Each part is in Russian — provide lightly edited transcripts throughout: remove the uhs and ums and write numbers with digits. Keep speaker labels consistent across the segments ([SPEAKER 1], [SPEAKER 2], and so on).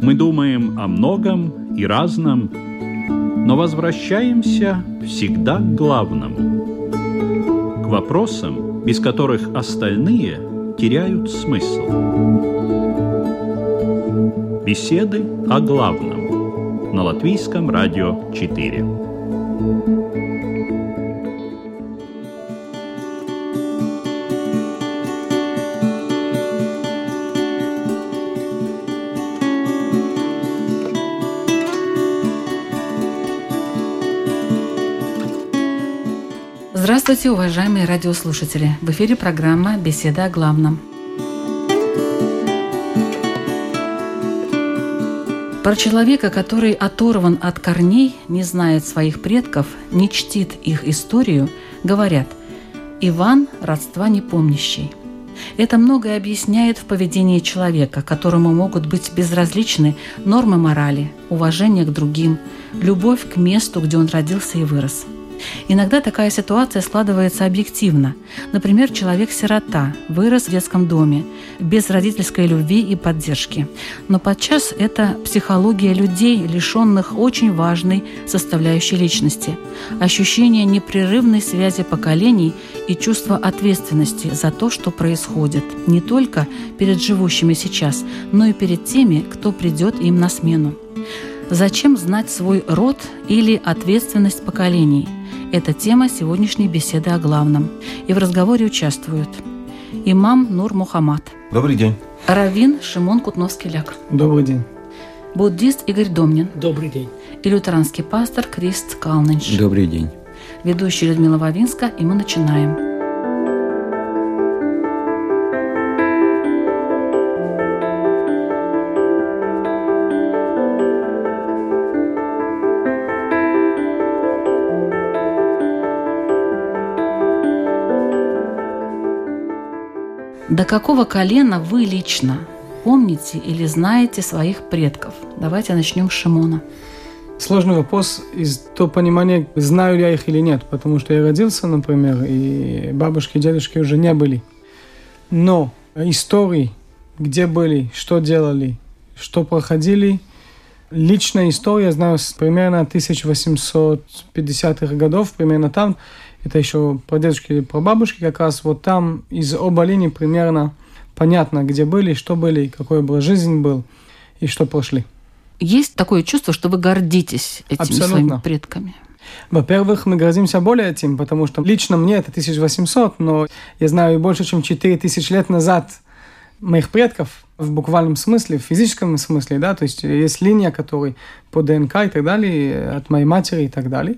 [SPEAKER 1] Мы думаем о многом и разном, но возвращаемся всегда к главному, к вопросам, без которых остальные теряют смысл. Беседы о главном на Латвийском радио 4.
[SPEAKER 2] Здравствуйте, уважаемые радиослушатели! В эфире программа «Беседа о главном». Про человека, который оторван от корней, не знает своих предков, не чтит их историю, говорят: «Иван – родства не помнящий». Это многое объясняет в поведении человека, которому могут быть безразличны нормы морали, уважение к другим, любовь к месту, где он родился и вырос. Иногда такая ситуация складывается объективно. Например, человек-сирота, вырос в детском доме, без родительской любви и поддержки. Но подчас это психология людей, лишенных очень важной составляющей личности. Ощущение непрерывной связи поколений и чувство ответственности за то, что происходит, не только перед живущими сейчас, но и перед теми, кто придет им на смену. Зачем знать свой род или ответственность поколений? Это тема сегодняшней беседы о главном. И в разговоре участвуют имам Нур Мухаммад.
[SPEAKER 3] Добрый день.
[SPEAKER 2] Раввин Шимон Кутновский-Ляк.
[SPEAKER 4] Добрый день.
[SPEAKER 2] Буддист Игорь Домнин.
[SPEAKER 5] Добрый день.
[SPEAKER 2] И лютеранский пастор Крист Калнинш.
[SPEAKER 3] Добрый день.
[SPEAKER 2] Ведущая Людмила Вавинска, и мы начинаем. До какого колена вы лично помните или знаете своих предков? Давайте начнем с Шимона.
[SPEAKER 4] Сложный вопрос из того понимания, знаю ли я их или нет, потому что я родился, например, и бабушки и дедушки уже не были. Но истории, где были, что делали, что проходили, личная история, знаю, примерно 1850-х годов, примерно там. Это еще про дедушки и про бабушки, как раз вот там из оба линии примерно понятно, где были, что были, какой образ жизни был и что прошли.
[SPEAKER 2] Есть такое чувство, что вы гордитесь этими своими предками?
[SPEAKER 4] Во-первых, мы гордимся более этим, потому что лично мне это 1800, но я знаю и больше, чем 4000 лет назад моих предков в буквальном смысле, в физическом смысле, да, то есть есть линия, которая по ДНК и так далее, от моей матери и так далее,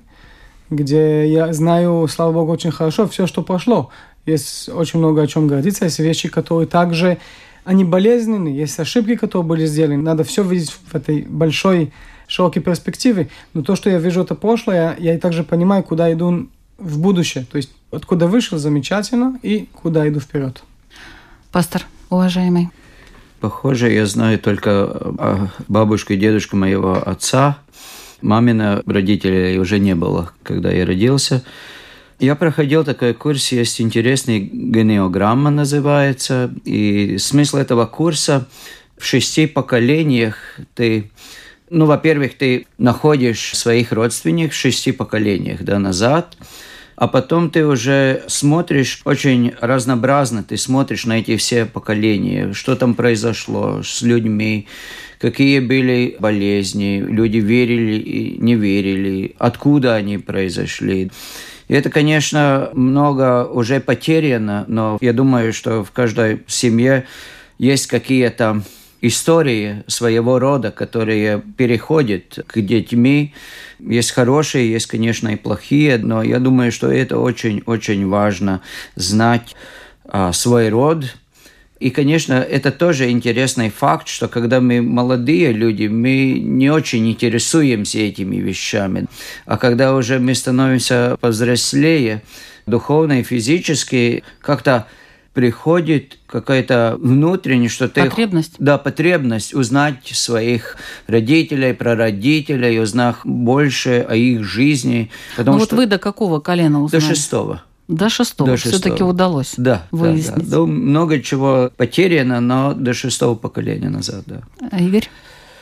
[SPEAKER 4] где я знаю, слава богу, очень хорошо все, что прошло. Есть очень много о чем гордиться, есть вещи, которые также, они болезненные, есть ошибки, которые были сделаны. Надо все видеть в этой большой, широкой перспективе. Но то, что я вижу, это прошлое, я также понимаю, куда иду в будущее. То есть, откуда вышел, замечательно, и куда иду вперед.
[SPEAKER 2] Пастор, уважаемый.
[SPEAKER 3] Похоже, я знаю только бабушку и дедушку моего отца. Мамина родителей уже не было, когда я родился. Я проходил такой курс, есть интересный, генеограмма называется. И смысл этого курса: в 6 поколениях ты, во-первых, ты находишь своих родственников в 6 поколениях назад, а потом ты уже смотришь очень разнообразно, ты смотришь на эти все поколения, что там произошло с людьми, какие были болезни, люди верили и не верили, откуда они произошли. И это, конечно, много уже потеряно, но я думаю, что в каждой семье есть какие-то истории своего рода, которые переходят к детям. Есть хорошие, есть, конечно, и плохие, но я думаю, что это очень-очень важно знать свой род. И, конечно, это тоже интересный факт, что когда мы молодые люди, мы не очень интересуемся этими вещами. А когда уже мы становимся повзрослее, духовно и физически, как-то приходит какая-то внутренняя, что ты...
[SPEAKER 2] Потребность.
[SPEAKER 3] Да, потребность узнать своих родителей, прародителей, узнать больше о их жизни.
[SPEAKER 2] Ну вот вы до какого колена узнали?
[SPEAKER 3] До 6-го.
[SPEAKER 2] До 6-го все-таки удалось выяснить.
[SPEAKER 3] Да. Много чего потеряно, но до 6-го поколения назад, да.
[SPEAKER 2] А Игорь?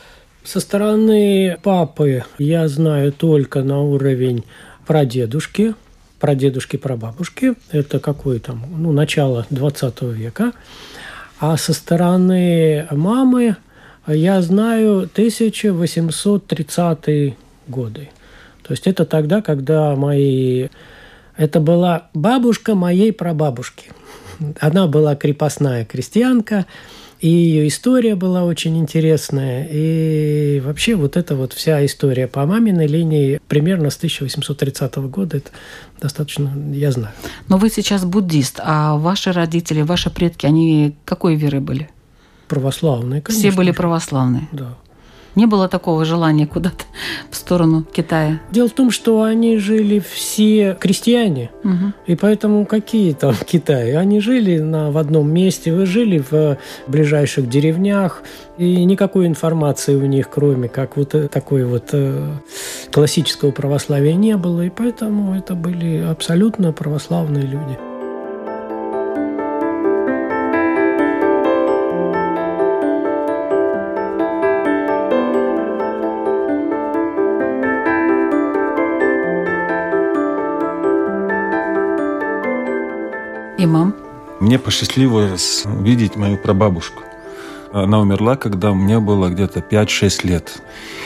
[SPEAKER 5] Со стороны папы я знаю только на уровень прадедушки, прабабушки. Это какое там, начало 20 века. А со стороны мамы я знаю 1830-е годы. То есть это тогда, когда это была бабушка моей прабабушки. Она была крепостная крестьянка, и ее история была очень интересная. И вообще вот эта вот вся история по маминой линии примерно с 1830 года, это достаточно, я знаю.
[SPEAKER 2] Но вы сейчас буддист, а ваши родители, ваши предки, они какой веры были?
[SPEAKER 5] Православные, конечно.
[SPEAKER 2] Все были православные?
[SPEAKER 5] Да.
[SPEAKER 2] Не было такого желания куда-то в сторону Китая?
[SPEAKER 5] Дело в том, что они жили все крестьяне, и поэтому какие там Китаи? Они жили в одном месте, вы жили в ближайших деревнях, и никакой информации у них, кроме как вот такой вот классического православия, не было, и поэтому это были абсолютно православные люди.
[SPEAKER 2] Имам?
[SPEAKER 6] Мне посчастливилось видеть мою прабабушку. Она умерла, когда мне было где-то 5-6 лет.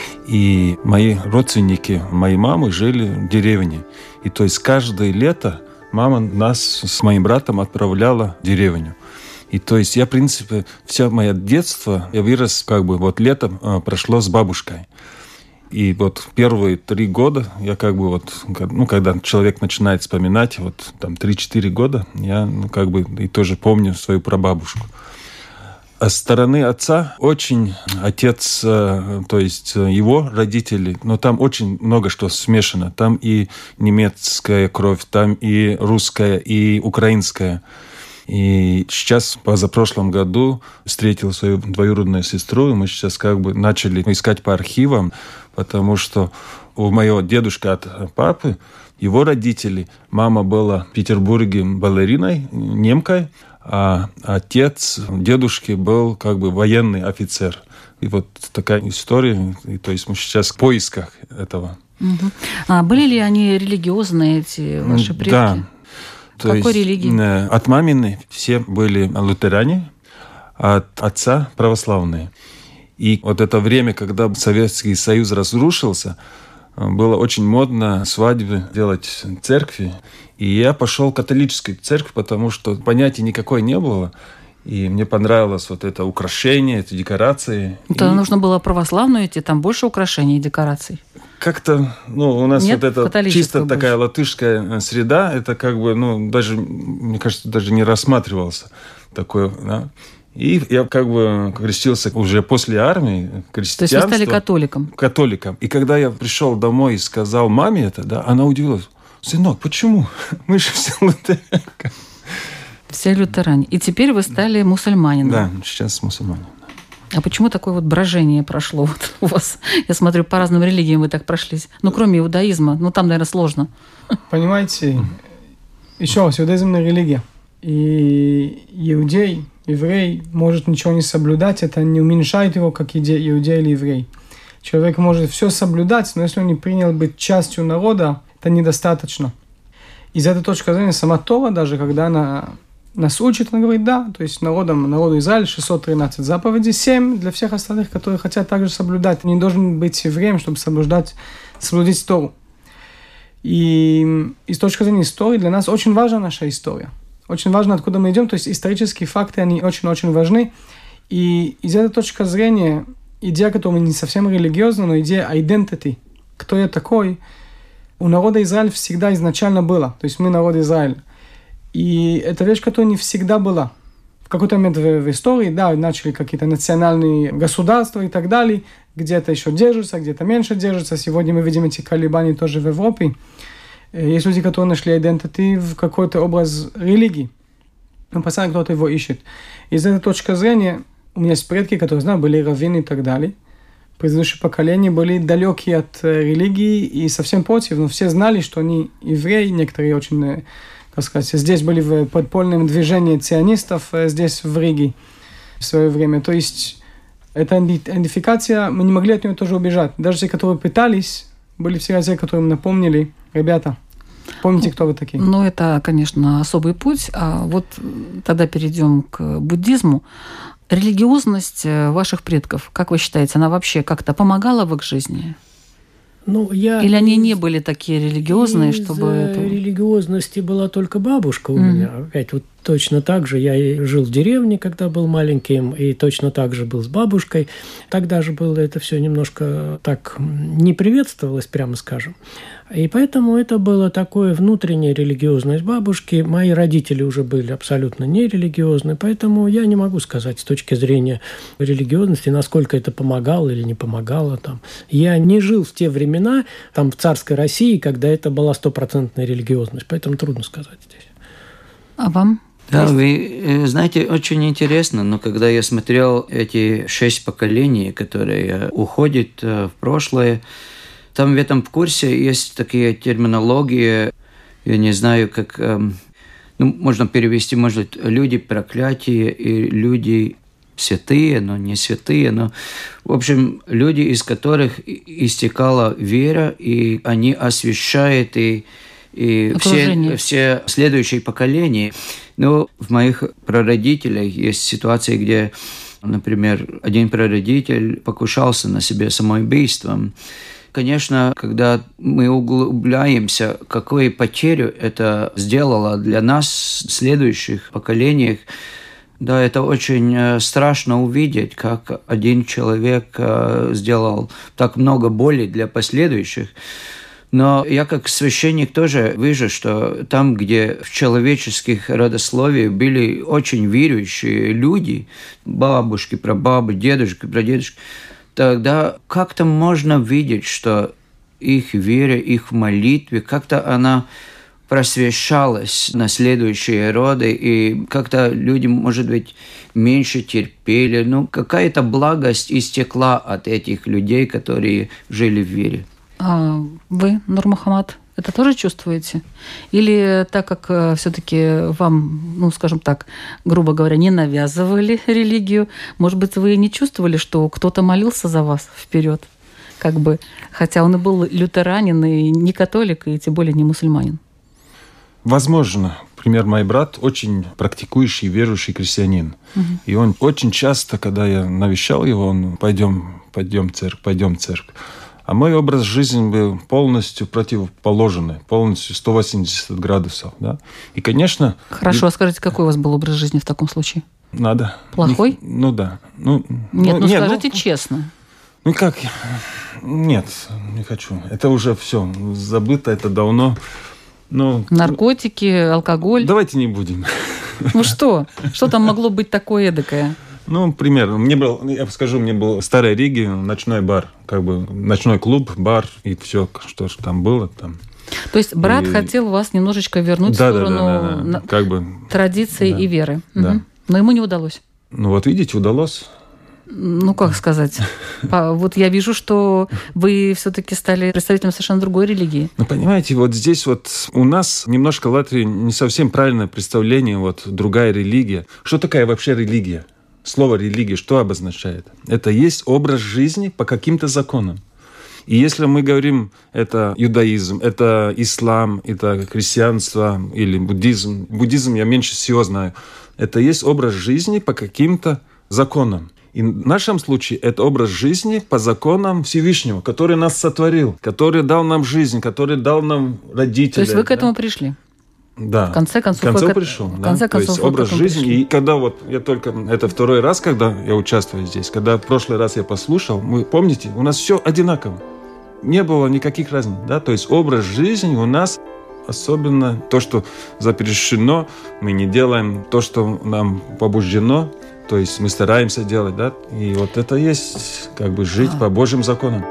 [SPEAKER 6] И мои родственники моей мамы жили в деревне. И то есть каждое лето мама нас с моим братом отправляла в деревню. И то есть я, в принципе, все мое детство, я вырос, летом прошло с бабушкой. И вот первые 3 года я когда человек начинает вспоминать, 3-4 года, я и тоже помню свою прабабушку. А с стороны отца отец, то есть его родители, но там очень много что смешано. Там и немецкая кровь, там и русская, и украинская. И сейчас, позапрошлом году, встретил свою двоюродную сестру, и мы сейчас начали искать по архивам, потому что у моего дедушки от папы, его родители, мама была в Петербурге балериной, немкой, а отец дедушки был военный офицер. И вот такая история, и то есть мы сейчас в поисках этого.
[SPEAKER 2] Угу. А были ли они религиозные, эти ваши предки?
[SPEAKER 6] Да.
[SPEAKER 2] Какой религии?
[SPEAKER 6] От мамины все были лютеране, а от отца православные. И вот это время, когда Советский Союз разрушился, было очень модно свадьбы делать в церкви. И я пошел в католическую церковь, потому что понятия никакой не было. И мне понравилось вот это украшение, эти декорации.
[SPEAKER 2] То нужно было православную идти, там больше украшений и декораций.
[SPEAKER 6] Как-то, у нас
[SPEAKER 2] нет,
[SPEAKER 6] вот это чисто такая латышская среда, это даже, мне кажется, даже не рассматривался такое, да. И я крестился уже после армии, крестьянства.
[SPEAKER 2] То есть вы стали католиком?
[SPEAKER 6] Католиком. И когда я пришел домой и сказал маме это, да, она удивилась. Сынок, почему? Мы же все лютеране.
[SPEAKER 2] Все лютеране. И теперь вы стали мусульманином.
[SPEAKER 6] Да, сейчас мусульманин.
[SPEAKER 2] А почему такое брожение прошло у вас? Я смотрю, по разным религиям вы так прошлись. Кроме иудаизма. Там, наверное, сложно.
[SPEAKER 4] Понимаете, еще раз, иудаизм – религия. И иудей, еврей может ничего не соблюдать, это не уменьшает его, как иудей или еврей. Человек может все соблюдать, но если он не принял быть частью народа, это недостаточно. Из этой точки зрения сама Тора, даже когда она нас учит, она говорит, да, то есть народу Израиля 613 заповедей, 7 для всех остальных, которые хотят также соблюдать. Не должен быть евреем, чтобы соблюдать Тору. И с точки зрения истории для нас очень важна наша история. Очень важно, откуда мы идем, то есть исторические факты, они очень-очень важны. И из этой точки зрения идея, которая не совсем религиозная, но идея identity, кто я такой, у народа Израиля всегда изначально была. То есть мы народ Израиля. И это вещь, которая не всегда была. В какой-то момент в истории, да, начали какие-то национальные государства и так далее, где-то еще держатся, где-то меньше держатся. Сегодня мы видим эти колебания тоже в Европе. Есть люди, которые нашли identity в какой-то образ религии. Но постоянно кто-то его ищет. Из этой точки зрения у меня есть предки, которые, знаю, были раввины и так далее. Предыдущие поколения были далекие от религии и совсем против, но все знали, что они евреи, некоторые очень, здесь были в подпольном движении сионистов, здесь в Риге в свое время. То есть Эта идентификация, мы не могли от нее тоже убежать. Даже те, которые пытались, были всегда те, которым напомнили: ребята, помните, кто вы такие?
[SPEAKER 2] Ну, это, конечно, особый путь. А вот тогда перейдем к буддизму. Религиозность ваших предков, как вы считаете, она вообще как-то помогала в их жизни? Или они не были такие религиозные, чтобы...
[SPEAKER 5] Религиозности была только бабушка у меня. Опять вот точно так же. Я жил в деревне, когда был маленьким, и точно так же был с бабушкой. Тогда же было это все немножко так не приветствовалось, прямо скажем. И поэтому это было такое внутренняя религиозность бабушки. Мои родители уже были абсолютно нерелигиозны, поэтому я не могу сказать с точки зрения религиозности, насколько это помогало или не помогало. Там. Я не жил в те времена, там, в царской России, когда это была стопроцентная религиозность, поэтому трудно сказать здесь.
[SPEAKER 2] А вам?
[SPEAKER 3] Да, вы знаете, очень интересно, но когда я смотрел эти 6 поколений, которые уходят в прошлое, там в этом курсе есть такие терминологии, я не знаю, как, можно перевести, может, люди проклятие и люди святые, но не святые, но, в общем, люди, из которых истекала вера, и они освящают и все следующие поколения. Но в моих прародителях есть ситуации, где, например, один прародитель покушался на себе самоубийством. Конечно, когда мы углубляемся, какую потерю это сделало для нас в следующих поколениях, да, это очень страшно увидеть, как один человек сделал так много боли для последующих. Но я как священник тоже вижу, что там, где в человеческих родословиях были очень верующие люди, бабушки, прабабы, дедушки, прадедушки, тогда как-то можно видеть, что их вера, их молитве, как-то она просвещалась на следующие роды, и как-то люди, может быть, меньше терпели. Какая-то благость истекла от этих людей, которые жили в вере.
[SPEAKER 2] А вы, Нурмухаммад, это тоже чувствуете? Или так как все-таки вам, скажем так, грубо говоря, не навязывали религию, может быть, вы не чувствовали, что кто-то молился за вас вперед? Хотя он и был лютеранин, и не католик, и тем более не мусульманин.
[SPEAKER 6] Возможно. Например, мой брат очень практикующий, верующий крестьянин. И он очень часто, когда я навещал его, он пойдем в церковь. А мой образ жизни был полностью противоположный, полностью 180 градусов. Да? И, конечно...
[SPEAKER 2] Хорошо, а скажите, какой у вас был образ жизни в таком случае?
[SPEAKER 6] Надо.
[SPEAKER 2] Плохой?
[SPEAKER 6] Да.
[SPEAKER 2] Скажите честно.
[SPEAKER 6] Нет, не хочу. Это уже все забыто, это давно.
[SPEAKER 2] Наркотики, алкоголь?
[SPEAKER 6] Давайте не будем.
[SPEAKER 2] Что? Что там могло быть такое эдакое?
[SPEAKER 6] Пример. Мне был в Старой Риге ночной бар, ночной клуб, бар и все, что там было там.
[SPEAKER 2] То есть брат хотел вас немножечко вернуть в сторону традиции и веры.
[SPEAKER 6] Да.
[SPEAKER 2] Но ему не удалось.
[SPEAKER 6] Видите, удалось.
[SPEAKER 2] Как сказать? Вот я вижу, что вы все-таки стали представителем совершенно другой религии.
[SPEAKER 6] Понимаете, здесь у нас немножко в Латвии не совсем правильное представление, другая религия. Что такая вообще религия? Слово «религия» что обозначает? Это есть образ жизни по каким-то законам. И если мы говорим, это иудаизм, это ислам, это христианство или буддизм. Буддизм я меньше всего знаю. Это есть образ жизни по каким-то законам. И в нашем случае это образ жизни по законам Всевышнего, который нас сотворил, который дал нам жизнь, который дал нам родителей. То
[SPEAKER 2] есть вы к этому пришли?
[SPEAKER 6] Да.
[SPEAKER 2] В конце концов,
[SPEAKER 6] пришел. То есть образ жизни. Пришли. И когда это второй раз, когда я участвую здесь, когда в прошлый раз я послушал, вы помните, у нас все одинаково. Не было никаких разниц. Да? То есть образ жизни у нас, особенно то, что запрещено, мы не делаем то, что нам побуждено, то есть мы стараемся делать. Да? И это есть жить по Божьим законам.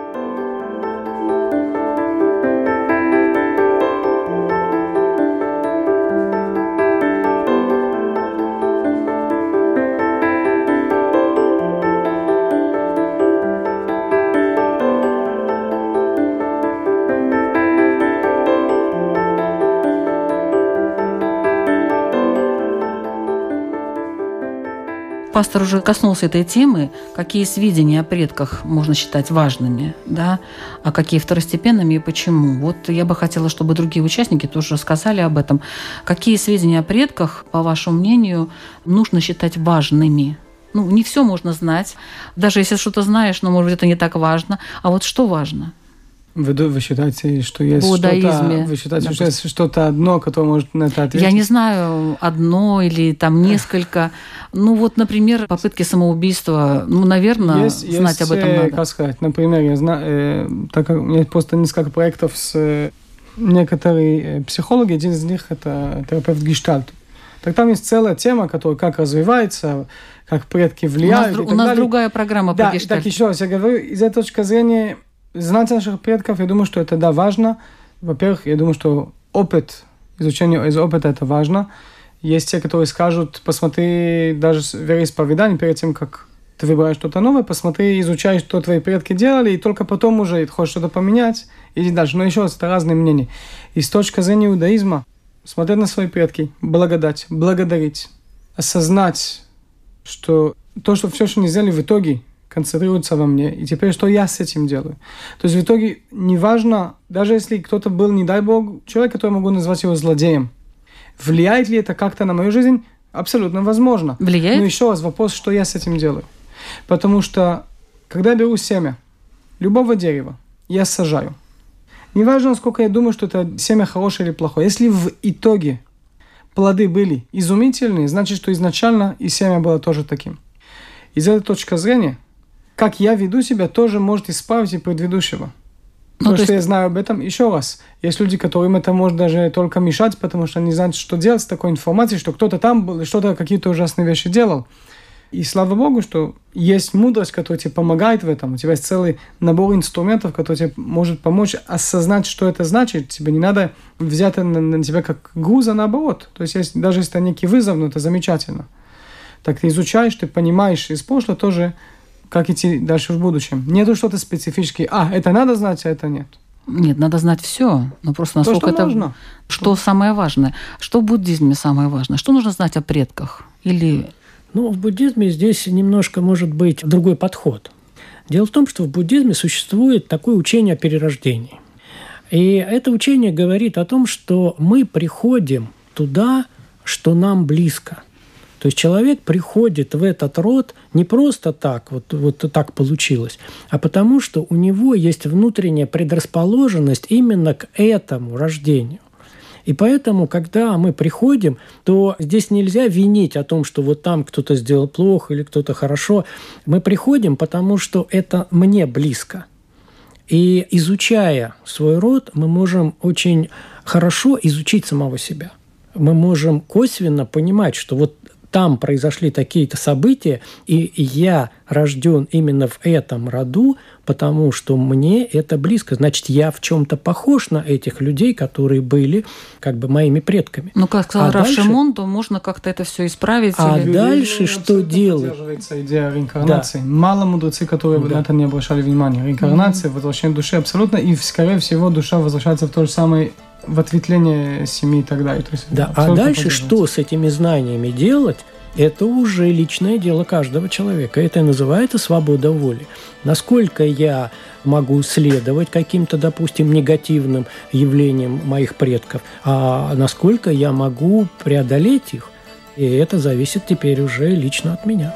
[SPEAKER 2] Пастор уже коснулся этой темы, какие сведения о предках можно считать важными, да, а какие второстепенными и почему. Вот я бы хотела, чтобы другие участники тоже рассказали об этом. Какие сведения о предках, по вашему мнению, нужно считать важными? Не все можно знать. Даже если что-то знаешь, но, может быть, это не так важно. А вот что важно?
[SPEAKER 4] Вы считаете, что есть
[SPEAKER 2] буддаизме,
[SPEAKER 4] что-то... Вы считаете, что есть что-то одно, которое может на это ответить?
[SPEAKER 2] Я не знаю, одно или там несколько. Например, попытки самоубийства. Наверное, знать об этом надо.
[SPEAKER 4] Как сказать, например, я знаю, так как у меня просто несколько проектов с некоторыми психологами, один из них – это терапевт гештальт. Так там есть целая тема, которая как развивается, как предки влияют.
[SPEAKER 2] У нас другая программа по гештальту.
[SPEAKER 4] Так, еще раз, я говорю, из этой точки зрения... Знать наших предков, я думаю, что это, да, важно. Во-первых, я думаю, что изучение из опыта – это важно. Есть те, которые скажут, посмотри даже вероисповедание перед тем, как ты выбираешь что-то новое, посмотри, изучай, что твои предки делали, и только потом уже хочешь что-то поменять, иди дальше. Но еще раз, это разные мнения. И с точки зрения иудаизма, смотреть на свои предки, благодать, благодарить, осознать, что то, что все, что не сделали в итоге, концентрируется во мне, и теперь что я с этим делаю? То есть в итоге неважно, даже если кто-то был, не дай бог, человек, который я могу назвать его злодеем, влияет ли это как-то на мою жизнь? Абсолютно возможно.
[SPEAKER 2] Влияет?
[SPEAKER 4] Но еще раз вопрос, что я с этим делаю. Потому что, когда я беру семя любого дерева, я сажаю. Неважно, насколько я думаю, что это семя хорошее или плохое. Если в итоге плоды были изумительные, значит, что изначально и семя было тоже таким. Из этой точки зрения, как я веду себя, тоже может исправить и предыдущего. Потому что я знаю об этом. Еще раз, есть люди, которым это может даже только мешать, потому что они знают, что делать с такой информацией, что кто-то там был и что-то, какие-то ужасные вещи делал. И слава Богу, что есть мудрость, которая тебе помогает в этом. У тебя есть целый набор инструментов, который тебе может помочь осознать, что это значит. Тебе не надо взять это на тебя как груз, а наоборот. То есть даже если это некий вызов, но это замечательно. Так ты изучаешь, ты понимаешь из прошлого тоже, как идти дальше в будущем. Нету что-то специфическое. Это надо знать, а это нет.
[SPEAKER 2] Нет, надо знать все. Но просто насколько
[SPEAKER 4] то, что
[SPEAKER 2] это...
[SPEAKER 4] нужно.
[SPEAKER 2] Что самое важное? Что в буддизме самое важное? Что нужно знать о предках? Или...
[SPEAKER 5] В буддизме здесь немножко может быть другой подход. Дело в том, что в буддизме существует такое учение о перерождении. И это учение говорит о том, что мы приходим туда, что нам близко. То есть человек приходит в этот род не просто так, вот так получилось, а потому что у него есть внутренняя предрасположенность именно к этому рождению. И поэтому, когда мы приходим, то здесь нельзя винить о том, что вот там кто-то сделал плохо или кто-то хорошо. Мы приходим, потому что это мне близко. И изучая свой род, мы можем очень хорошо изучить самого себя. Мы можем косвенно понимать, что вот там произошли такие-то события, и я рожден именно в этом роду, потому что мне это близко. Значит, я в чем-то похож на этих людей, которые были моими предками.
[SPEAKER 2] Как сказал Рав Шимон, то можно как-то это все исправить.
[SPEAKER 5] Дальше что делать?
[SPEAKER 4] Поддерживается идея реинкарнации. Да. Мало мудрецы, которые на это не обращали внимания. Реинкарнация, возвращение души абсолютно, и, скорее всего, душа возвращается в то же самое в ответвление семьи и так далее. То есть,
[SPEAKER 5] а дальше что с этими знаниями делать, это уже личное дело каждого человека. Это и называется свобода воли. Насколько я могу следовать каким-то, допустим, негативным явлениям моих предков, а насколько я могу преодолеть их. И это зависит теперь уже лично от меня.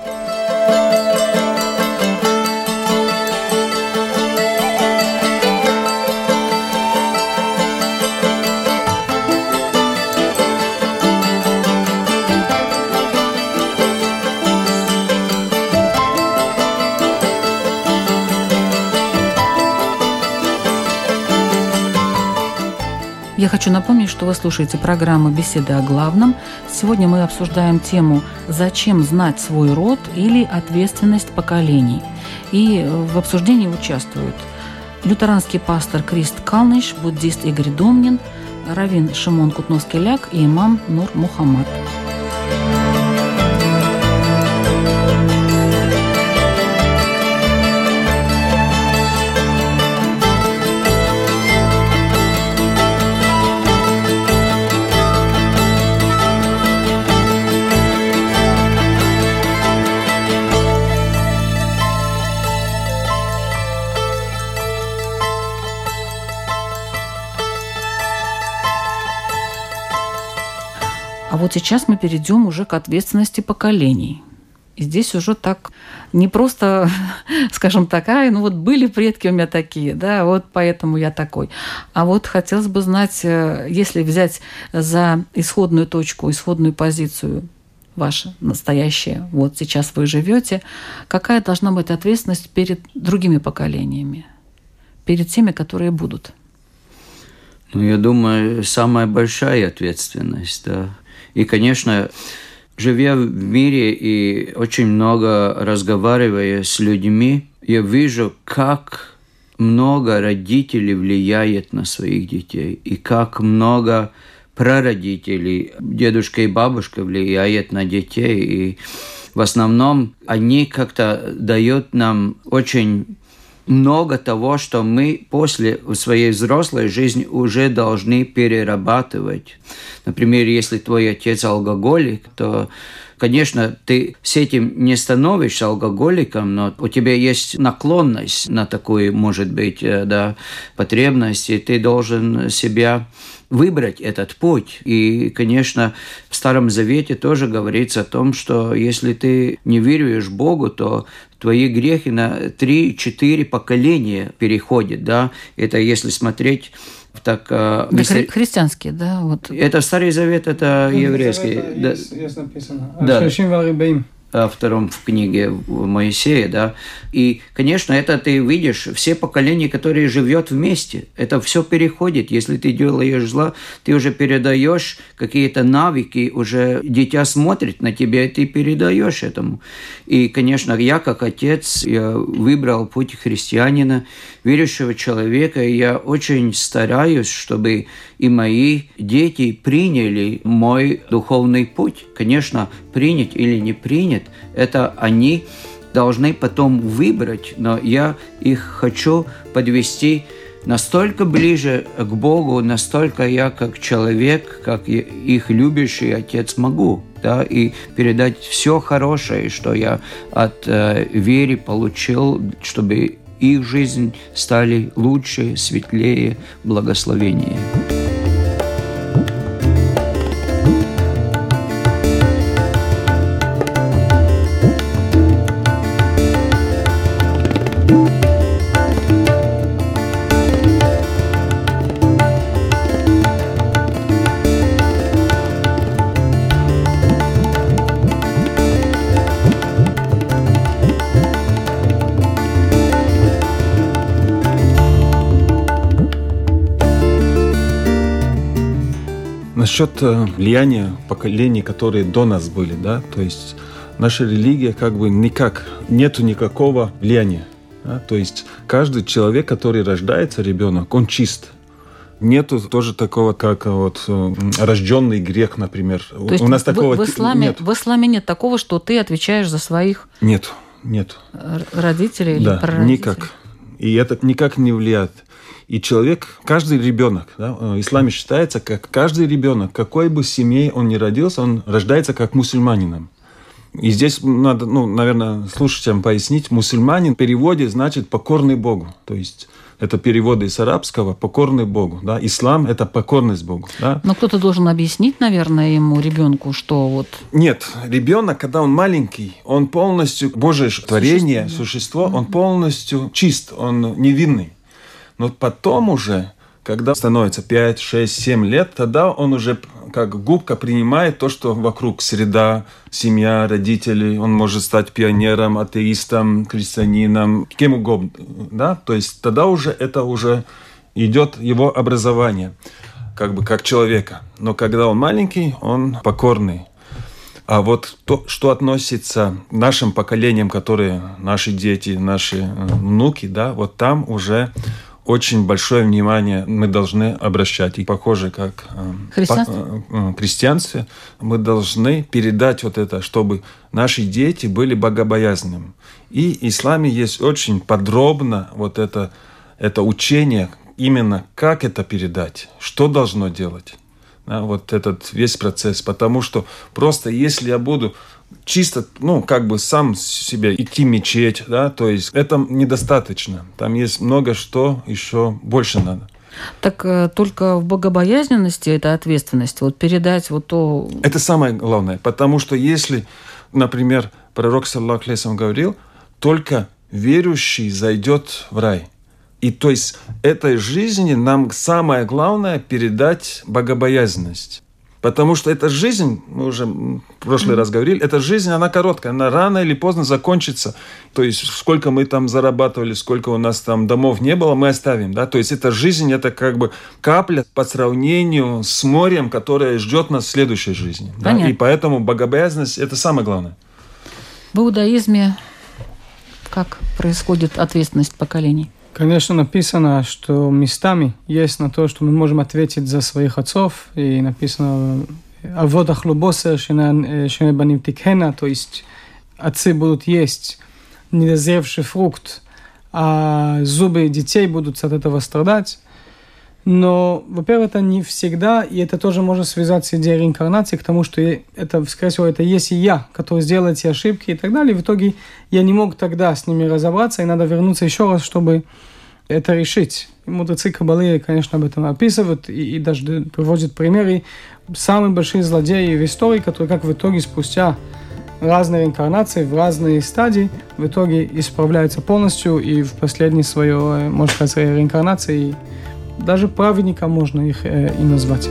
[SPEAKER 2] Я хочу напомнить, что вы слушаете программу «Беседы о главном». Сегодня мы обсуждаем тему «Зачем знать свой род» или «Ответственность поколений». И в обсуждении участвуют лютеранский пастор Крист Калныш, буддист Игорь Домнин, раввин Шимон Кутновский-Ляк и имам Нур Мухаммад. вот сейчас мы перейдем уже к ответственности поколений. И здесь уже так не просто, скажем так, были предки у меня такие, да, вот поэтому я такой. А вот хотелось бы знать, если взять за исходную точку, исходную позицию ваша настоящая, вот сейчас вы живете, какая должна быть ответственность перед другими поколениями, перед теми, которые будут?
[SPEAKER 3] Я думаю, самая большая ответственность, да. И, конечно, живя в мире и очень много разговаривая с людьми, я вижу, как много родителей влияет на своих детей, и как много прародителей, дедушка и бабушка влияет на детей. И в основном они как-то дают нам очень много того, что мы после своей взрослой жизни уже должны перерабатывать. Например, если твой отец алкоголик, то, конечно, ты с этим не становишься алкоголиком, но у тебя есть наклонность на такую, может быть, потребность, и ты должен себя выбрать этот путь. И, конечно, в Старом Завете тоже говорится о том, что если ты не веруешь Богу, то твои грехи на 3-4 поколения переходят, да. Это если смотреть так...
[SPEAKER 2] Христианские, да? Вот.
[SPEAKER 3] Это Старый Завет, это еврейский.
[SPEAKER 4] Да. Есть написано.
[SPEAKER 3] Да. Втором в книге Моисея, да. И, конечно, это ты видишь, все поколения, которые живут вместе, это все переходит. Если ты делаешь зла, ты уже передаешь какие-то навыки, уже дитя смотрит на тебя, и ты передаешь этому. И, конечно, я как отец, я выбрал путь христианина, верующего человека, и я очень стараюсь, чтобы и мои дети приняли мой духовный путь. Конечно, принять или не принять, это они должны потом выбрать, но я их хочу подвести настолько ближе к Богу, настолько я как человек, как их любящий отец могу, да, и передать все хорошее, что я от веры получил, чтобы их жизнь стали лучше, светлее, благословеннее.
[SPEAKER 6] Насчет влияния поколений, которые до нас были, да, то есть наша религия нету никакого влияния, да? То есть каждый человек, который рождается, ребенок, он чист. Нету тоже такого, как рожденный грех, например.
[SPEAKER 2] То есть у нас такого в исламе нет такого, что ты отвечаешь за своих
[SPEAKER 6] нет.
[SPEAKER 2] Родителей или прародителей?
[SPEAKER 6] Никак. И это никак не влияет. И человек, каждый ребенок, да, в исламе считается, как каждый ребенок, какой бы семье он ни родился, он рождается как мусульманином. И здесь надо, наверное, слушателям пояснить. Мусульманин в переводе значит покорный Богу. То есть это переводы из арабского «покорный Богу». Да? Ислам – это покорность Богу. Да?
[SPEAKER 2] Но кто-то должен объяснить, наверное, ребенку, что вот…
[SPEAKER 6] Нет, ребенок, когда он маленький, он полностью Божье творение, существо, он полностью чист, он невинный. Но потом уже, когда становится 5, 6, 7 лет, тогда он уже как губка принимает то, что вокруг среда, семья, родители. Он может стать пионером, атеистом, христианином, кем угодно. Да? То есть тогда уже это уже идет его образование, как человека. Но когда он маленький, он покорный. А вот то, что относится к нашим поколениям, которые наши дети, наши внуки, да, вот там уже очень большое внимание мы должны обращать. И похоже, как в христианстве, мы должны передать вот это, чтобы наши дети были богобоязненными. И в исламе есть очень подробно вот это учение, именно как это передать, что должно делать. Да, вот этот весь процесс. Потому что просто если я буду чисто, сам себе идти в мечеть, да, то есть это недостаточно. Там есть много что еще больше надо.
[SPEAKER 2] Так только в богобоязненности эта ответственность, вот передать вот то...
[SPEAKER 6] Это самое главное, потому что если, например, пророк, саллаллаху алейхи ва саллям, говорил, только верующий зайдет в рай. И то есть этой жизни нам самое главное передать богобоязненность. Потому что эта жизнь, мы уже в прошлый раз говорили, эта жизнь, она короткая, она рано или поздно закончится. То есть сколько мы там зарабатывали, сколько у нас там домов не было, мы оставим. Да? То есть эта жизнь, это как бы капля по сравнению с морем, которое ждет нас в следующей жизни. Да? И поэтому богобоязненность – это самое главное.
[SPEAKER 2] В иудаизме как происходит ответственность поколений?
[SPEAKER 4] Конечно, написано, что местами есть на то, что мы можем ответить за своих отцов. И написано «Авод ахлу босер шене баним тикхена», то есть отцы будут есть недозревший фрукт, а зубы детей будут от этого страдать. Но, во-первых, это не всегда, и это тоже можно связать с идеей реинкарнации, к тому, что это, скорее всего, это есть и я, который сделал эти ошибки и так далее. И в итоге я не мог тогда с ними разобраться, и надо вернуться еще раз, чтобы это решить. И мудрецы Каббалы, конечно, об этом описывают, и даже приводят примеры. Самые большие злодеи в истории, которые, как в итоге, спустя разные реинкарнации, в разные стадии, в итоге исправляются полностью, и в последней своей, можно сказать, реинкарнации даже праведникам можно их и назвать.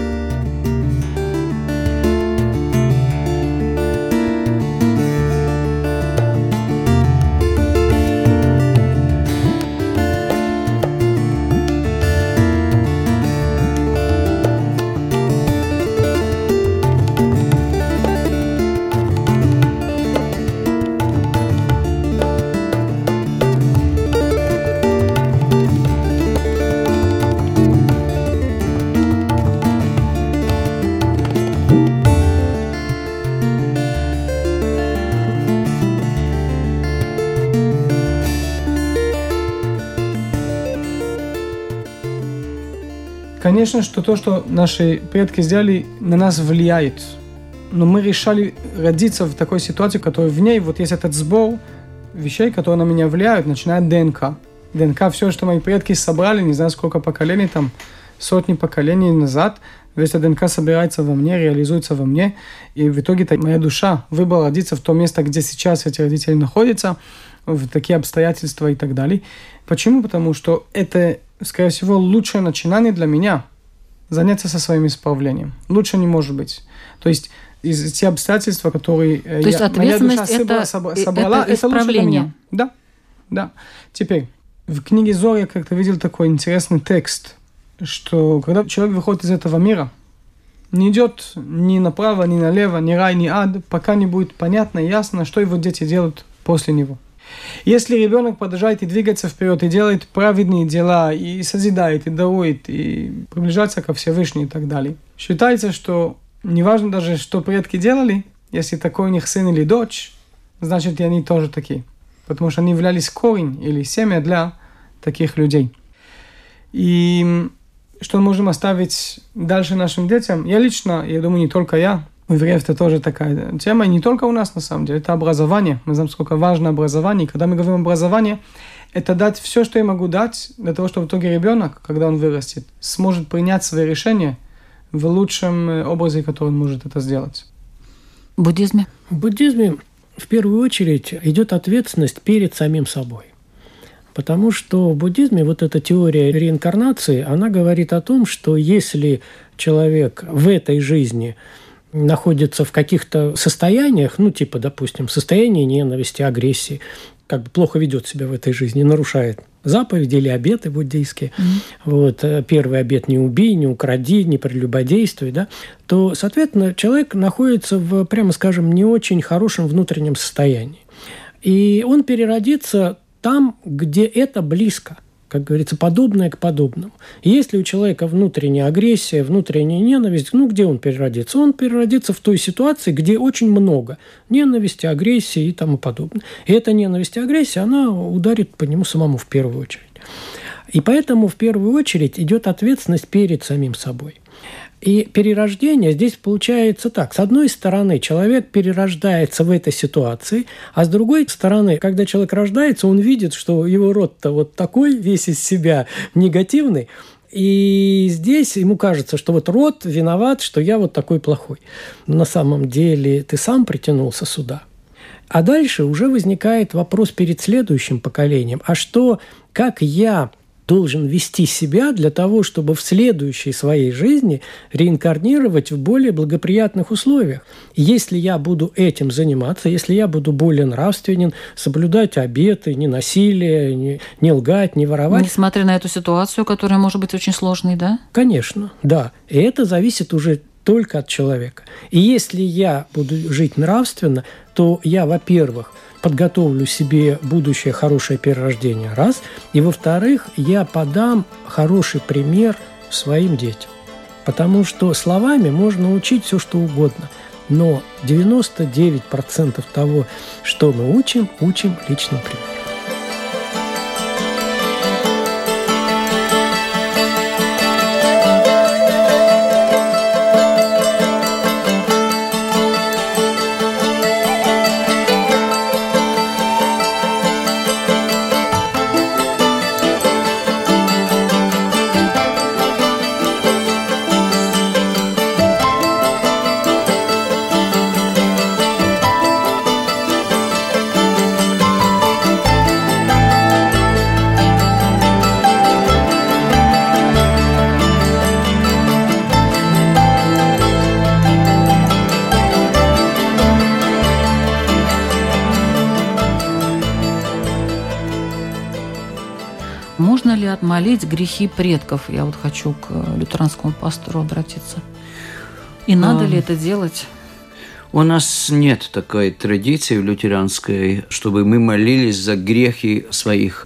[SPEAKER 4] Конечно, что то, что наши предки сделали, на нас влияет. Но мы решали родиться в такой ситуации, в которой в ней вот есть этот сбор вещей, которые на меня влияют, начиная от ДНК. ДНК, все, что мои предки собрали, не знаю сколько поколений, там сотни поколений назад, весь эта ДНК собирается во мне, реализуется во мне, и в итоге моя душа выбрала родиться в то место, где сейчас эти родители находятся, в такие обстоятельства и так далее. Почему? Потому что это, скорее всего, лучшее начинание для меня заняться со своим исправлением. Лучше не может быть. То есть из те обстоятельства, которые моя душа собрала, это лучше для меня. Да, да. Теперь, в книге Зор я как-то видел такой интересный текст, что когда человек выходит из этого мира, не идет ни направо, ни налево, ни рай, ни ад, пока не будет понятно и ясно, что его дети делают после него. Если ребенок продолжает и двигаться вперед, и делает праведные дела, и созидает, и дарует, и приближается ко Всевышнему и так далее, считается, что неважно даже, что предки делали, если такой у них сын или дочь, значит, и они тоже такие. Потому что они являлись корень или семя для таких людей. И что мы можем оставить дальше нашим детям? Я думаю, не только я, у евреев это тоже такая тема, и не только у нас на самом деле, это образование. Мы знаем, сколько важно образование. И когда мы говорим образование, это дать все, что я могу дать, для того, чтобы в итоге ребенок, когда он вырастет, сможет принять свои решения в лучшем образе, который он может это сделать.
[SPEAKER 2] В буддизме?
[SPEAKER 5] В буддизме в первую очередь идет ответственность перед самим собой. Потому что в буддизме вот эта теория реинкарнации, она говорит о том, что если человек в этой жизни находится в каких-то состояиях, допустим, состояние ненависти, агрессии, как бы плохо ведет себя в этой жизни, нарушает заповеди или обеты буддийские. Первый обет – не убей, не укради, не прелюбодействуй, то, соответственно, человек находится в, прямо скажем, не очень хорошем внутреннем состоянии. И он переродится там, где это близко. Как говорится, подобное к подобному. Если у человека внутренняя агрессия, внутренняя ненависть, где он переродится? Он переродится в той ситуации, где очень много ненависти, агрессии и тому подобное. И эта ненависть и агрессия, она ударит по нему самому в первую очередь. И поэтому в первую очередь идет ответственность перед самим собой. И перерождение здесь получается так. С одной стороны, человек перерождается в этой ситуации, а с другой стороны, когда человек рождается, он видит, что его род-то вот такой, весь из себя негативный, И здесь ему кажется, что вот род виноват, что я вот такой плохой. Но на самом деле ты сам притянулся сюда. А дальше уже возникает вопрос перед следующим поколением. А что, как я должен вести себя для того, чтобы в следующей своей жизни реинкарнировать в более благоприятных условиях? Если я буду этим заниматься, если я буду более нравственен, соблюдать обеты, не насилие, не лгать, не воровать.
[SPEAKER 2] Несмотря на эту ситуацию, которая может быть очень сложной, да?
[SPEAKER 5] Конечно, да. И это зависит уже только от человека. И если я буду жить нравственно, то я, во-первых, подготовлю себе будущее хорошее перерождение, раз. И, во-вторых, я подам хороший пример своим детям. Потому что словами можно учить все, что угодно. Но 99% того, что мы учим личным примером.
[SPEAKER 2] Можно ли отмолить грехи предков? Я вот хочу к лютеранскому пастору обратиться. И надо ли это делать?
[SPEAKER 3] У нас нет такой традиции в лютеранской, чтобы мы молились за грехи своих.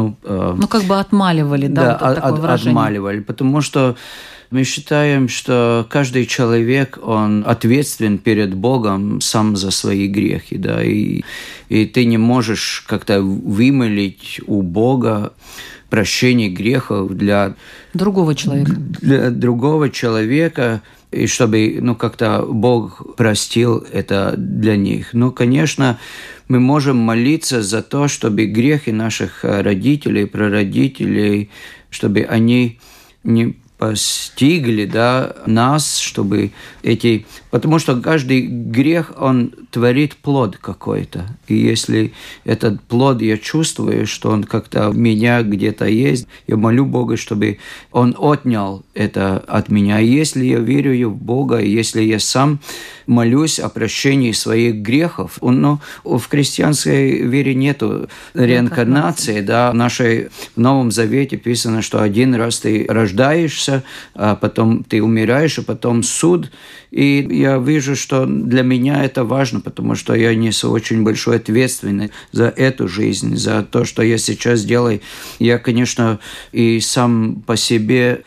[SPEAKER 2] Как бы отмаливали, да, вот такое выражение.
[SPEAKER 3] Отмаливали, потому что мы считаем, что каждый человек, он ответственен перед Богом сам за свои грехи, да, и ты не можешь как-то вымолить у Бога прощение грехов для
[SPEAKER 2] другого человека.
[SPEAKER 3] Для другого человека, и чтобы как-то Бог простил это для них. Конечно, мы можем молиться за то, чтобы грехи наших родителей, прародителей, чтобы они не постигли, да, нас, чтобы эти... Потому что каждый грех, он творит плод какой-то. И если этот плод я чувствую, что он как-то в меня где-то есть, я молю Бога, чтобы он отнял это от меня. И если я верю в Бога, если я сам молюсь о прощении своих грехов, в христианской вере нету реинкарнации, да, в Новом Завете писано, что один раз ты рождаешься, а потом ты умираешь, а потом суд. И я вижу, что для меня это важно, потому что я несу очень большую ответственность за эту жизнь, за то, что я сейчас делаю. Я, конечно, и сам по себе,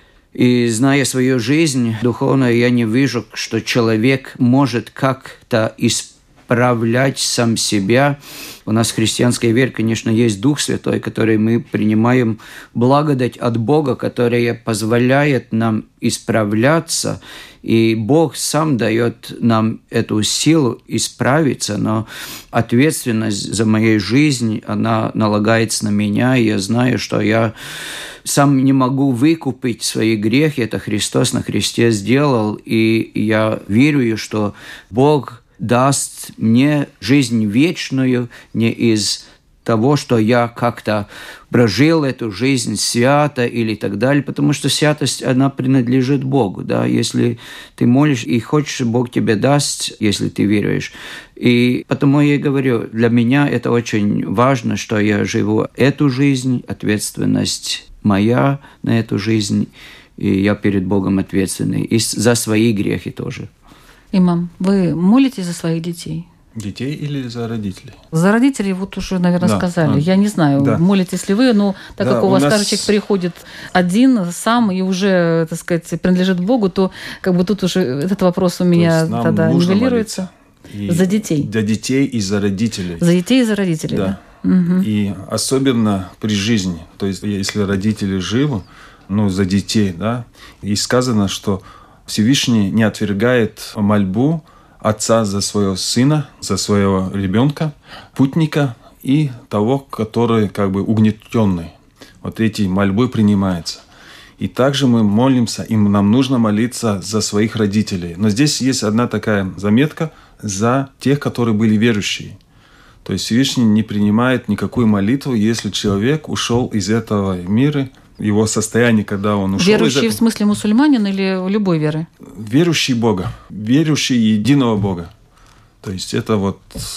[SPEAKER 3] и зная свою жизнь духовную, я не вижу, что человек может как-то исправлять сам себя. У нас в христианской вере, конечно, есть Дух Святой, который мы принимаем благодать от Бога, которая позволяет нам исправляться. И Бог сам дает нам эту силу исправиться, но ответственность за мою жизнь, она налагается на меня, и я знаю, что я сам не могу выкупить свои грехи, это Христос на кресте сделал, и я верю, что Бог даст мне жизнь вечную не из того, что я как-то прожил эту жизнь свято или так далее, потому что святость, она принадлежит Богу, да, если ты молишь и хочешь, Бог тебе даст, если ты веруешь. И потому я и говорю, для меня это очень важно, что я живу эту жизнь, ответственность моя на эту жизнь, и я перед Богом ответственный, и за свои грехи тоже.
[SPEAKER 2] Имам, вы молитесь за своих детей?
[SPEAKER 6] Детей или за родителей?
[SPEAKER 2] За родителей вот уже, наверное, сказали. Я не знаю, молитесь ли вы, но так как у вас каждый человек приходит один, сам, и уже, так сказать, принадлежит Богу, то как бы тут уже этот вопрос у меня тогда нивелируется. За детей?
[SPEAKER 6] За детей и за родителей.
[SPEAKER 2] За детей и за родителей, да.
[SPEAKER 6] Угу. И особенно при жизни. То есть, если родители живы, за детей, да, и сказано, что Всевышний не отвергает мольбу отца за своего сына, за своего ребенка, путника и того, который как бы угнетенный. Вот эти мольбы принимаются. И также мы молимся, и нам нужно молиться за своих родителей. Но здесь есть одна такая заметка за тех, которые были верующие. То есть Всевышний не принимает никакую молитву, если человек ушел из этого мира, его состояние, когда он ушел
[SPEAKER 2] Верующий в смысле мусульманин или любой веры?
[SPEAKER 6] Верующий Бога, верующий единого Бога. То есть это вот...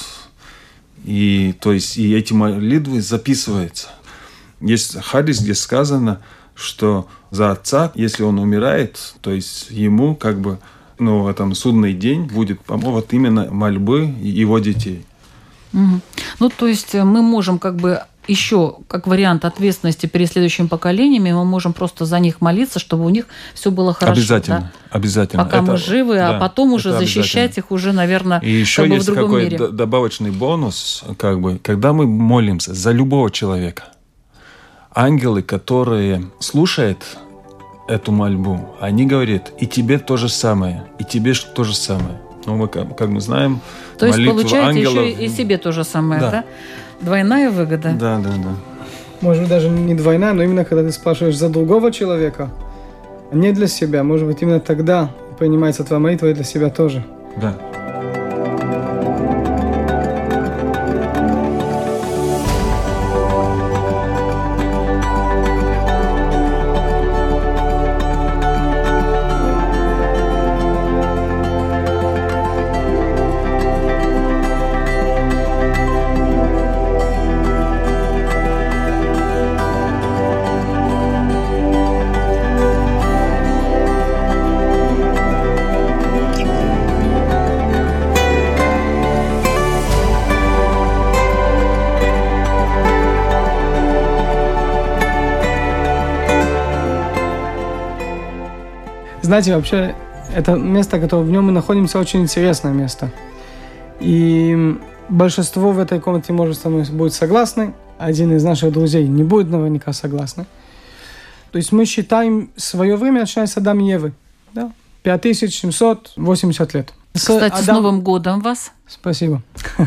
[SPEAKER 6] И эти молитвы записываются. Есть хадис, где сказано, что за отца, если он умирает, то есть ему в этом судный день будет вот именно мольбы его детей.
[SPEAKER 2] Угу. Ну, то есть мы можем еще, как вариант ответственности перед следующими поколениями, мы можем просто за них молиться, чтобы у них все было хорошо.
[SPEAKER 6] Обязательно, да? Обязательно.
[SPEAKER 2] Пока мы живы, а потом уже защищать их уже, наверное,
[SPEAKER 6] и еще есть
[SPEAKER 2] в другом мире.
[SPEAKER 6] Добавочный бонус, когда мы молимся за любого человека, ангелы, которые слушают эту мольбу, они говорят, и тебе то же самое, и тебе то же самое. Но мы, как мы знаем,
[SPEAKER 2] то есть, получается,
[SPEAKER 6] ангелов...
[SPEAKER 2] еще и себе то же самое, да? Двойная выгода.
[SPEAKER 6] Да.
[SPEAKER 4] Может быть, даже не двойная, но именно когда ты спрашиваешь за другого человека, не для себя. Может быть, именно тогда принимается твоя молитва и для себя тоже.
[SPEAKER 6] Да.
[SPEAKER 4] Знаете, вообще, это место, которое в нем мы находимся, очень интересное место. И большинство в этой комнате, может, со мной будет согласны. Один из наших друзей не будет наверняка согласны. То есть мы считаем свое время, начиная с Адама и Евы. Да? 5780 лет.
[SPEAKER 2] Кстати, с Новым годом вас.
[SPEAKER 4] Спасибо.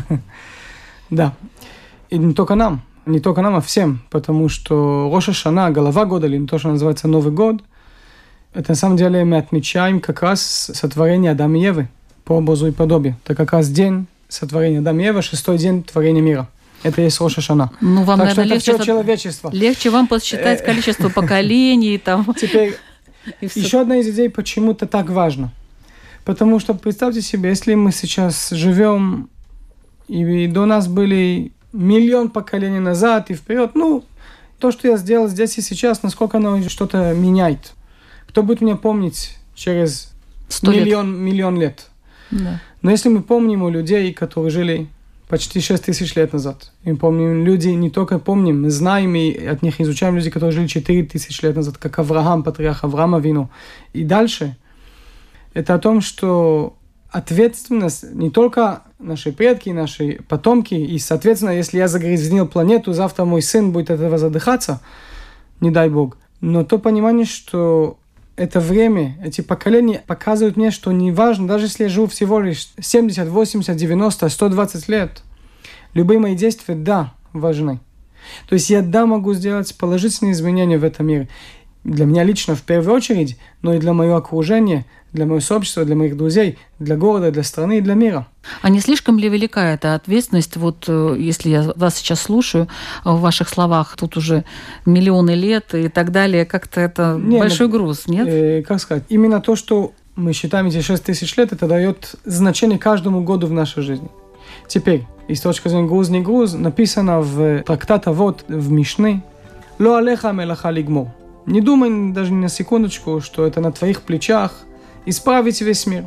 [SPEAKER 4] Да. И не только нам, а всем. Потому что Рош ха-Шана, голова года, или то, что называется Новый год, это на самом деле мы отмечаем как раз сотворение Адама и Евы по образу и подобию. Это как раз день сотворения Адама и Евы, 6-й день творения мира. Это есть Рош ха-Шана.
[SPEAKER 2] Ну, вам,
[SPEAKER 4] так
[SPEAKER 2] наверное,
[SPEAKER 4] что это все человечество.
[SPEAKER 2] Легче вам подсчитать количество поколений.
[SPEAKER 4] Теперь еще одна из идей, почему это так важно. Потому что представьте себе, если мы сейчас живем, и до нас были миллион поколений назад и вперед, то, что я сделал здесь и сейчас, насколько оно что-то меняет. Кто будет меня помнить через миллион лет?
[SPEAKER 2] Да.
[SPEAKER 4] Но если мы помним у людей, которые жили почти 6000 лет назад, и мы помним люди, не только помним, мы знаем и от них изучаем людей, которые жили 4000 лет назад, как Авраам, патриарх Авраам Авину. И дальше это о том, что ответственность не только наши предки, наши потомки, и, соответственно, если я загрязнил планету, завтра мой сын будет от этого задыхаться, не дай Бог. Но то понимание, что это время, эти поколения показывают мне, что неважно, даже если я живу всего лишь 70, 80, 90, 120 лет, любые мои действия, да, важны. То есть я, да, могу сделать положительные изменения в этом мире. Для меня лично в первую очередь, но и для моего окружения, для моего сообщества, для моих друзей, для города, для страны и для мира.
[SPEAKER 2] А не слишком ли велика эта ответственность? Вот если я вас сейчас слушаю, в ваших словах тут уже миллионы лет и так далее, как-то это большой груз, нет?
[SPEAKER 4] Как сказать? Именно то, что мы считаем эти 6000 лет, это дает значение каждому году в нашей жизни. Теперь, из точки зрения груз, не груз, написано в трактате Авот, в Мишне, «Ло алеха мелаха лигмор». Не думай даже на секундочку, что это на твоих плечах исправить весь мир.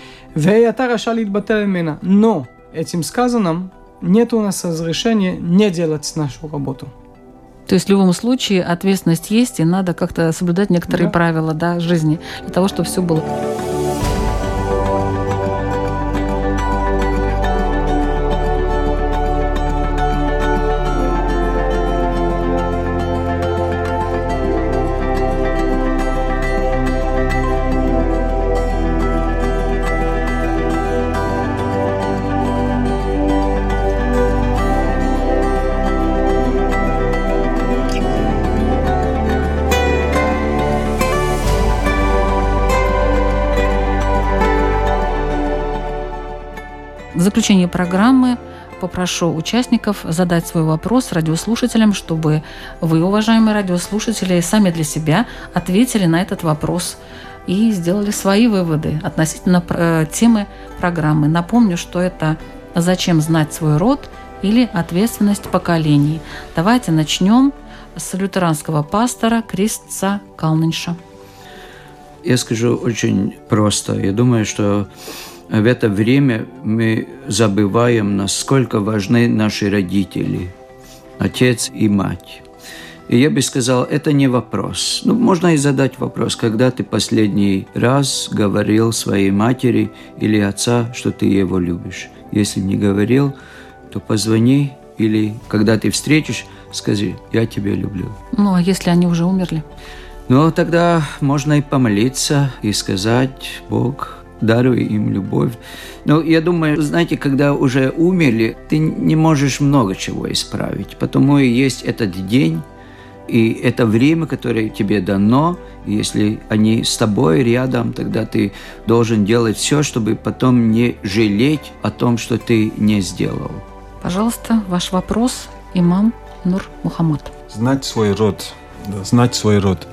[SPEAKER 4] Но этим сказанным нет у нас разрешения не делать нашу работу.
[SPEAKER 2] То есть в любом случае ответственность есть, и надо как-то соблюдать некоторые правила жизни для того, чтобы все было. В заключение программы попрошу участников задать свой вопрос радиослушателям, чтобы вы, уважаемые радиослушатели, сами для себя ответили на этот вопрос и сделали свои выводы относительно темы программы. Напомню, что это «Зачем знать свой род?» или «Ответственность поколений». Давайте начнем с лютеранского пастора Кристса Калнинша.
[SPEAKER 3] Я скажу очень просто. Я думаю, что в это время мы забываем, насколько важны наши родители, отец и мать. И я бы сказал, это не вопрос. Можно и задать вопрос, когда ты последний раз говорил своей матери или отца, что ты его любишь. Если не говорил, то позвони, или когда ты встретишь, скажи, я тебя люблю.
[SPEAKER 2] А если они уже умерли?
[SPEAKER 3] Тогда можно и помолиться, и сказать, Бог, даруй им любовь. Я думаю, знаете, когда уже умерли, ты не можешь много чего исправить. Потому и есть этот день, и это время, которое тебе дано. И если они с тобой рядом, тогда ты должен делать все, чтобы потом не жалеть о том, что ты не сделал.
[SPEAKER 2] Пожалуйста, ваш вопрос, имам Нур Мухаммад.
[SPEAKER 6] Знать свой род. Знать свой род.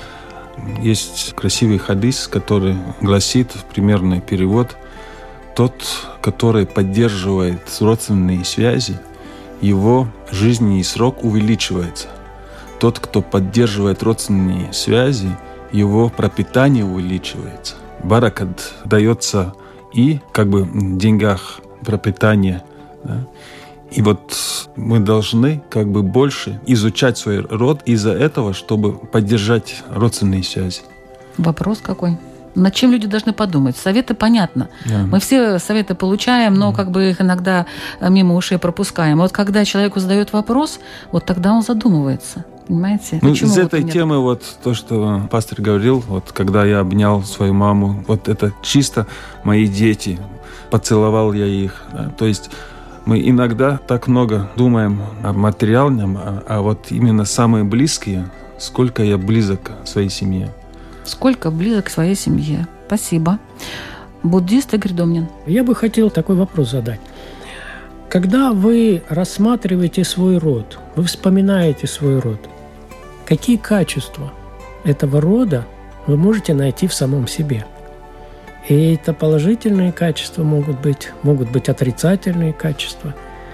[SPEAKER 6] Есть красивый хадис, который гласит, примерный перевод, тот, который поддерживает родственные связи, его жизненный срок увеличивается. Тот, кто поддерживает родственные связи, его пропитание увеличивается. Баракат дается и в деньгах пропитание. Да? И мы должны больше изучать свой род из-за этого, чтобы поддержать родственные связи.
[SPEAKER 2] Вопрос какой? Над чем люди должны подумать? Советы понятно. Yeah. Мы все советы получаем, но их иногда мимо ушей пропускаем. Когда человеку задают вопрос, тогда он задумывается. Понимаете?
[SPEAKER 6] Из этой темы то, что пастор говорил, когда я обнял свою маму, это чисто мои дети, поцеловал я их. Да? То есть мы иногда так много думаем о материальном, а именно самые близкие, сколько я близок к своей семье.
[SPEAKER 2] Сколько близок к своей семье. Спасибо. Буддист Игорь Домнин.
[SPEAKER 5] Я бы хотел такой вопрос задать. Когда вы рассматриваете свой род, вы вспоминаете свой род, какие качества этого рода вы можете найти в самом себе? И это положительные качества могут быть отрицательные качества.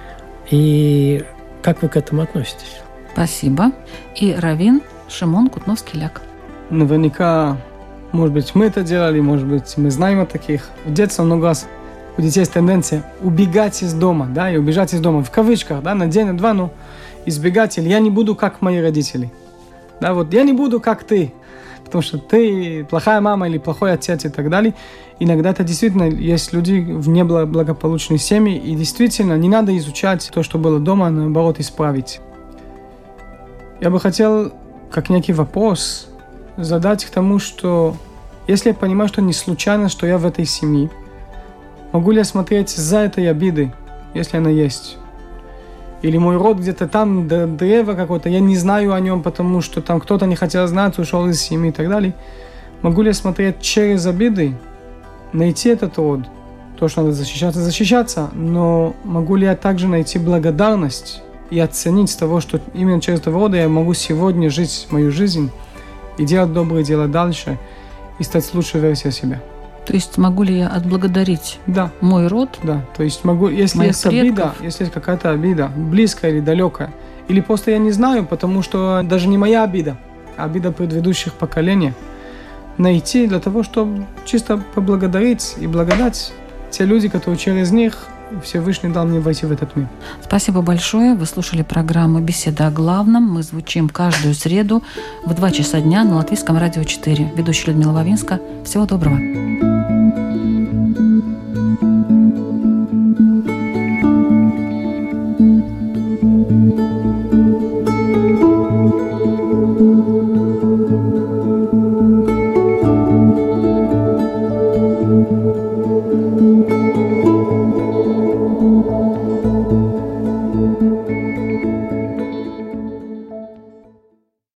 [SPEAKER 5] И как вы к этому относитесь?
[SPEAKER 2] Спасибо. И раввин Шимон Кутновский-Ляк.
[SPEAKER 4] Наверняка, может быть, мы это делали, может быть, мы знаем о таких. В детстве много раз у детей есть тенденция убегать из дома, и убежать из дома, в кавычках, на день, на два, избегать, или я не буду как мои родители. Я не буду как ты, потому что ты плохая мама или плохой отец и так далее. Иногда это действительно есть люди в неблагополучной семье, и действительно не надо изучать то, что было дома, а наоборот исправить. Я бы хотел, как некий вопрос, задать к тому, что если я понимаю, что не случайно, что я в этой семье, могу ли я смотреть за этой обидой, если она есть? Или мой род где-то там, древо какое-то, я не знаю о нем, потому что там кто-то не хотел знать, ушел из семьи и так далее. Могу ли я смотреть через обиды, найти этот род? То, что надо защищаться, но могу ли я также найти благодарность и оценить того, что именно через этого рода я могу сегодня жить мою жизнь и делать добрые дела дальше, и стать лучшей версией себя?
[SPEAKER 2] То есть могу ли я отблагодарить мой род?
[SPEAKER 4] Да, то есть могу, если есть обида, если есть какая-то обида, близкая или далекая, или просто я не знаю, потому что даже не моя обида, а обида предыдущих поколений, найти для того, чтобы чисто поблагодарить и благодать те люди, которые через них Всевышний дал мне войти в этот мир.
[SPEAKER 2] Спасибо большое. Вы слушали программу «Беседа о главном». Мы звучим каждую среду в 2 часа дня на Латвийском радио 4. Ведущая Людмила Вавинска. Всего доброго.